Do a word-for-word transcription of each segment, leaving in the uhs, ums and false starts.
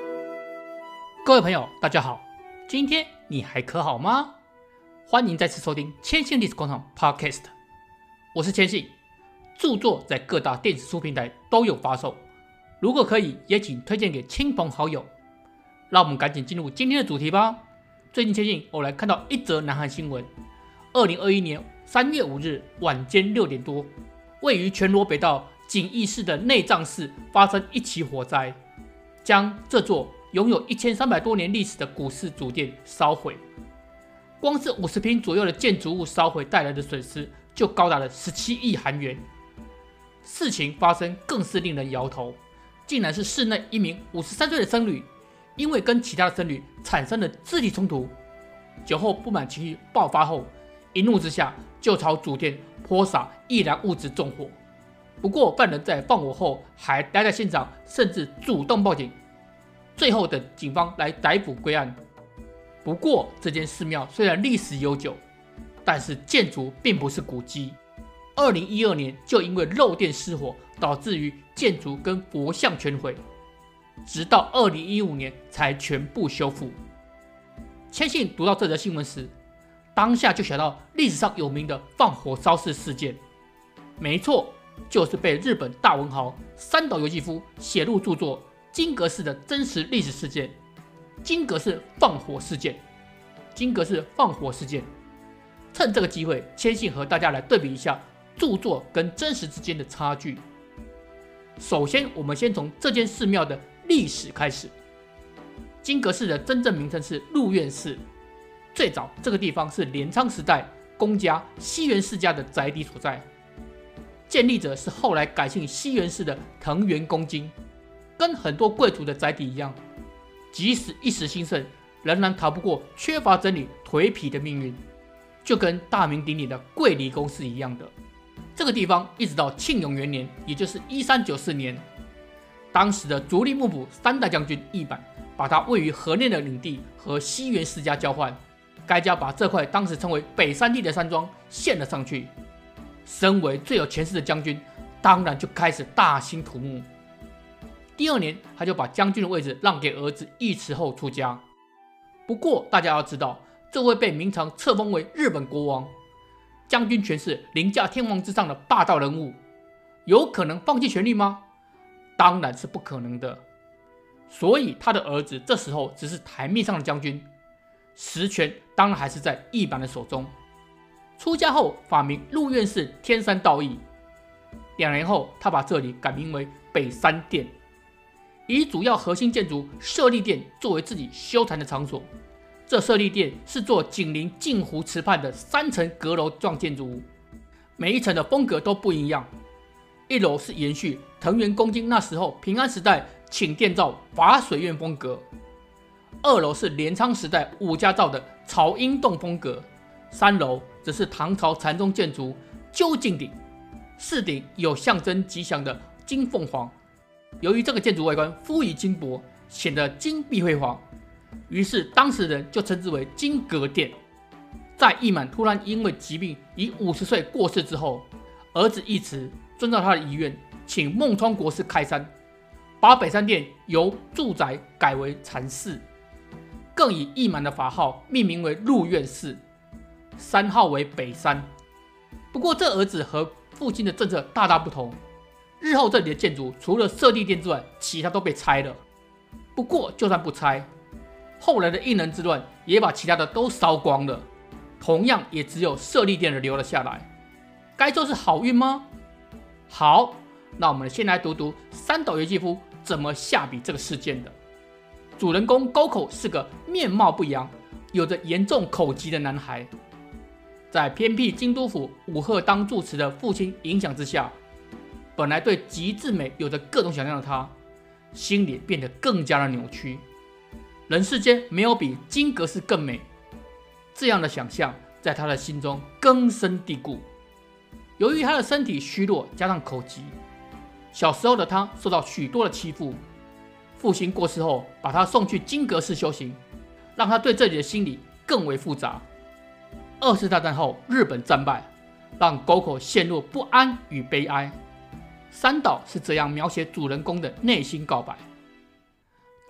各位朋友，大家好，今天你还可好吗？欢迎再次收听千信历史广场 Podcast， 我是千信，著作在各大电子书平台都有发售，如果可以，也请推荐给亲朋好友。让我们赶紧进入今天的主题吧。最近千信偶然看到一则南韩新闻，二零二一年三月五日晚间六点多，位于全罗北道锦义市的内藏寺发生一起火灾，将这座拥有一千三百多年历史的古寺主殿烧毁。光是五十坪左右的建筑物烧毁带来的损失就高达了十七亿韩元。事情发生更是令人摇头，竟然是室内一名五十三岁的僧侣，因为跟其他的僧侣产生了肢体冲突，酒后不满情绪爆发后，一怒之下就朝主殿泼洒易燃物质纵火。不过犯人在放火后还待在现场，甚至主动报警，最后等警方来逮捕归案。不过这间寺庙虽然历史悠久，但是建筑并不是古迹，二零一二年就因为漏电失火，导致于建筑跟佛像全毁，直到二零一五年才全部修复。千信读到这则新闻时，当下就想到历史上有名的放火烧寺事件，没错，就是被日本大文豪三岛由纪夫写入著作《金阁寺》的真实历史事件——金阁寺放火事件。金阁寺放火事件，趁这个机会，千信和大家来对比一下著作跟真实之间的差距。首先，我们先从这间寺庙的历史开始。金阁寺的真正名称是鹿苑寺，最早这个地方是镰仓时代公家西园世家的宅邸所在。建立者是后来改姓西园氏的藤原公津，跟很多贵族的宅邸一样，即使一时兴盛，仍然逃不过缺乏整理颓圮的命运，就跟大名鼎鼎的桂离宫是一样的。这个地方一直到庆永元年，也就是一三九四年，当时的足利幕府三代将军义满把他位于河内的领地和西园世家交换，该家把这块当时称为北山地的山庄献了上去。身为最有权势的将军，当然就开始大兴土木。第二年，他就把将军的位置让给儿子义持后出家。不过，大家要知道，这位被明朝册封为日本国王、将军权势凌驾天皇之上的霸道人物，有可能放弃权力吗？当然是不可能的。所以，他的儿子这时候只是台面上的将军，实权当然还是在义满的手中。出家后法名鹿苑寺天山道义，两年后他把这里改名为北山殿，以主要核心建筑舍利殿作为自己修禅的场所。这舍利殿是座紧邻镜湖池畔的三层阁楼状建筑物，每一层的风格都不一样。一楼是延续藤原公津那时候平安时代请殿造法水院风格，二楼是镰仓时代武家造的朝阴洞风格，三楼则是唐朝禅宗建筑究竟顶，四顶有象征吉祥的金凤凰。由于这个建筑外观富于金箔，显得金碧辉煌，于是当时人就称之为金阁殿。在义满突然因为疾病以五十岁过世之后，儿子义持遵照他的遗愿，请孟川国师开山，把北山殿由住宅改为禅寺，更以义满的法号命名为鹿苑寺，山号为北山。不过这儿子和父亲的政策大大不同，日后这里的建筑除了舍利殿之外，其他都被拆了。不过就算不拆，后来的应仁之乱也把其他的都烧光了，同样也只有舍利殿的留了下来。该说是好运吗？好，那我们先来读读三岛由纪夫怎么下笔这个事件的。主人公沟口是个面貌不扬、有着严重口疾的男孩，在偏僻京都府武贺当住持的父亲影响之下，本来对极致美有着各种想象的他，心里变得更加的扭曲。人世间没有比金阁寺更美，这样的想象在他的心中根深蒂固。由于他的身体虚弱，加上口疾，小时候的他受到许多的欺负。父亲过世后，把他送去金阁寺修行，让他对这里的心理更为复杂。二次大战后，日本战败，让沟口陷入不安与悲哀。三岛是这样描写主人公的内心告白：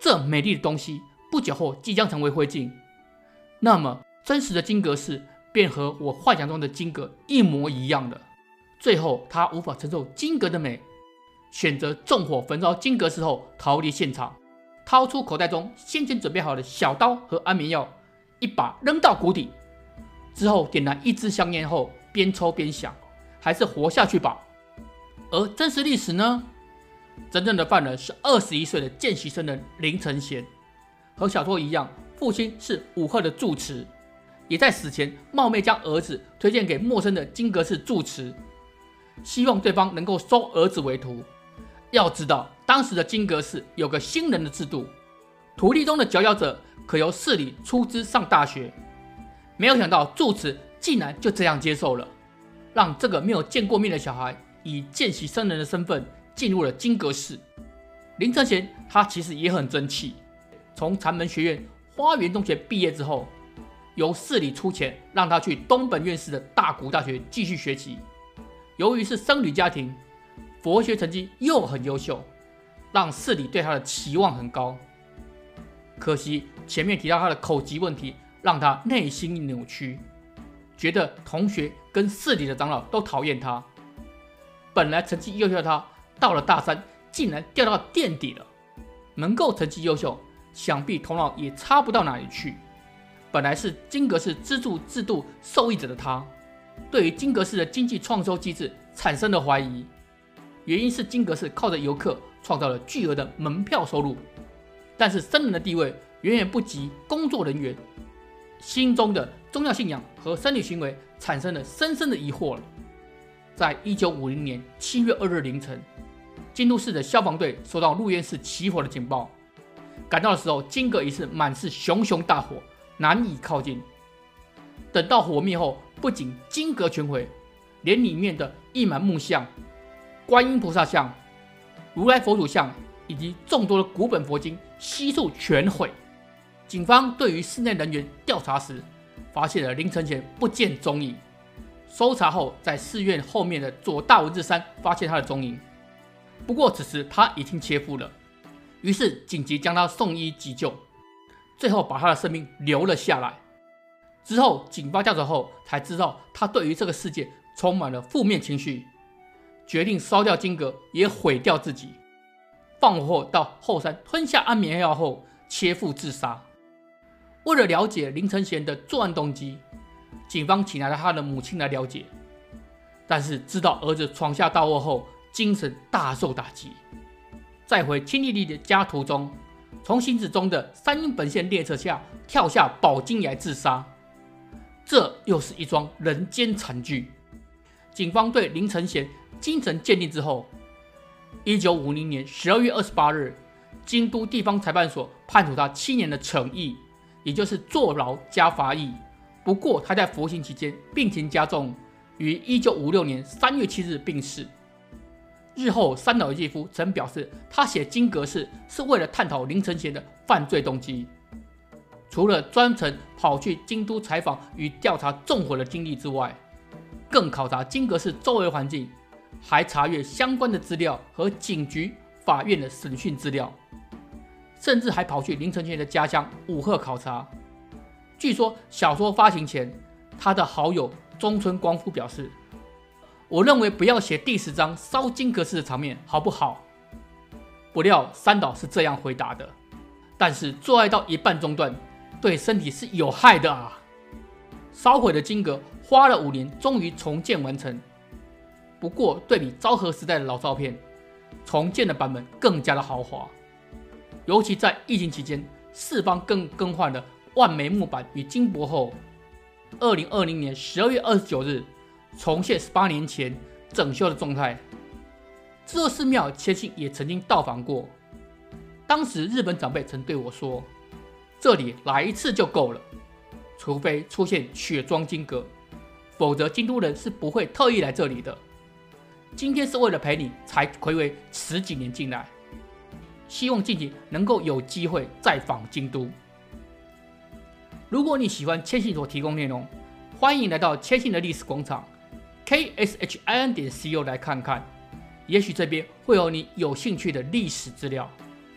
这美丽的东西不久后即将成为灰烬，那么真实的金阁寺便和我幻想中的金阁一模一样的。最后他无法承受金阁的美，选择纵火焚烧金阁寺后逃离现场，掏出口袋中先前准备好的小刀和安眠药，一把扔到谷底，之后点燃一支香烟后边抽边想，还是活下去吧。而真实历史呢？真正的犯人是二十一岁的见习生人林承贤，和小说一样，父亲是武赫的住持，也在死前冒昧将儿子推荐给陌生的金阁寺住持，希望对方能够收儿子为徒。要知道，当时的金阁寺有个新人的制度，徒弟中的佼佼者可由寺里出资上大学。没有想到住持竟然就这样接受了，让这个没有见过面的小孩以见习生人的身份进入了金阁寺。林承贤他其实也很争气，从禅门学院花园中学毕业之后，由寺里出钱让他去东本院士的大谷大学继续学习。由于是僧侣家庭，佛学成绩又很优秀，让寺里对他的期望很高。可惜前面提到他的口疾问题，让他内心扭曲，觉得同学跟寺里的长老都讨厌他。本来成绩优秀的他，到了大三竟然掉到垫底了。能够成绩优秀，想必头脑也差不到哪里去。本来是金阁寺资助制度受益者的他，对于金阁寺的经济创收机制产生了怀疑。原因是金阁寺靠着游客创造了巨额的门票收入，但是僧人的地位远远不及工作人员，心中的宗教信仰和僧侣行为产生了深深的疑惑了。在一九五零年七月二日凌晨，京都市的消防队收到鹿苑市起火的警报，赶到的时候，金阁已是满是熊熊大火，难以靠近。等到火灭后，不仅金阁全毁，连里面的一满木像、观音菩萨像、如来佛祖像以及众多的古本佛经悉数全毁。警方对于室内人员调查时，发现了林承贤不见踪影。搜查后，在寺院后面的左大文字山发现他的踪影，不过此时他已经切腹了，于是紧急将他送医急救，最后把他的生命留了下来。之后警方调查后才知道，他对于这个世界充满了负面情绪，决定烧掉金阁，也毁掉自己。放火后到后山吞下安眠药后切腹自杀。为了了解林承贤的作案动机，警方请来了他的母亲来了解，但是知道儿子闯下大祸后，精神大受打击。在回亲弟弟的家途中，从行驶中的山阴本线列车下跳下宝金崖自杀，这又是一桩人间惨剧。警方对林承贤精神鉴定之后，一九五零年十二月二十八日，京都地方裁判所判处他七年的惩役，也就是坐牢加罚役。不过他在服刑期间病情加重，于一九五六年三月七日病逝。日后三岛由纪夫曾表示，他写金阁寺是为了探讨林承贤的犯罪动机。除了专程跑去京都采访与调查纵火的经历之外，更考察金阁寺周围环境，还查阅相关的资料和警局、法院的审讯资料，甚至还跑去林承贤的家乡武赫考察。据说小说发行前，他的好友中村光夫表示，我认为不要写第十章烧金阁寺的场面好不好？不料三岛是这样回答的，但是做爱到一半中断，对身体是有害的啊。烧毁的金阁花了五年终于重建完成，不过对比昭和时代的老照片，重建的版本更加的豪华。尤其在疫情期间，四方更更换了万枚木板与金箔后，二零二零年十二月二十九日重现十八年前整修的状态。这座寺庙千信也曾经到访过，当时日本长辈曾对我说，这里来一次就够了，除非出现雪装金阁，否则京都人是不会特意来这里的。今天是为了陪你才睽违十几年进来，希望近期能够有机会再访京都。如果你喜欢千信所提供内容，欢迎来到千信的历史广场 K S H I N 点 C O 来看看，也许这边会有你有兴趣的历史资料。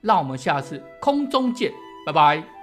让我们下次空中见，拜拜。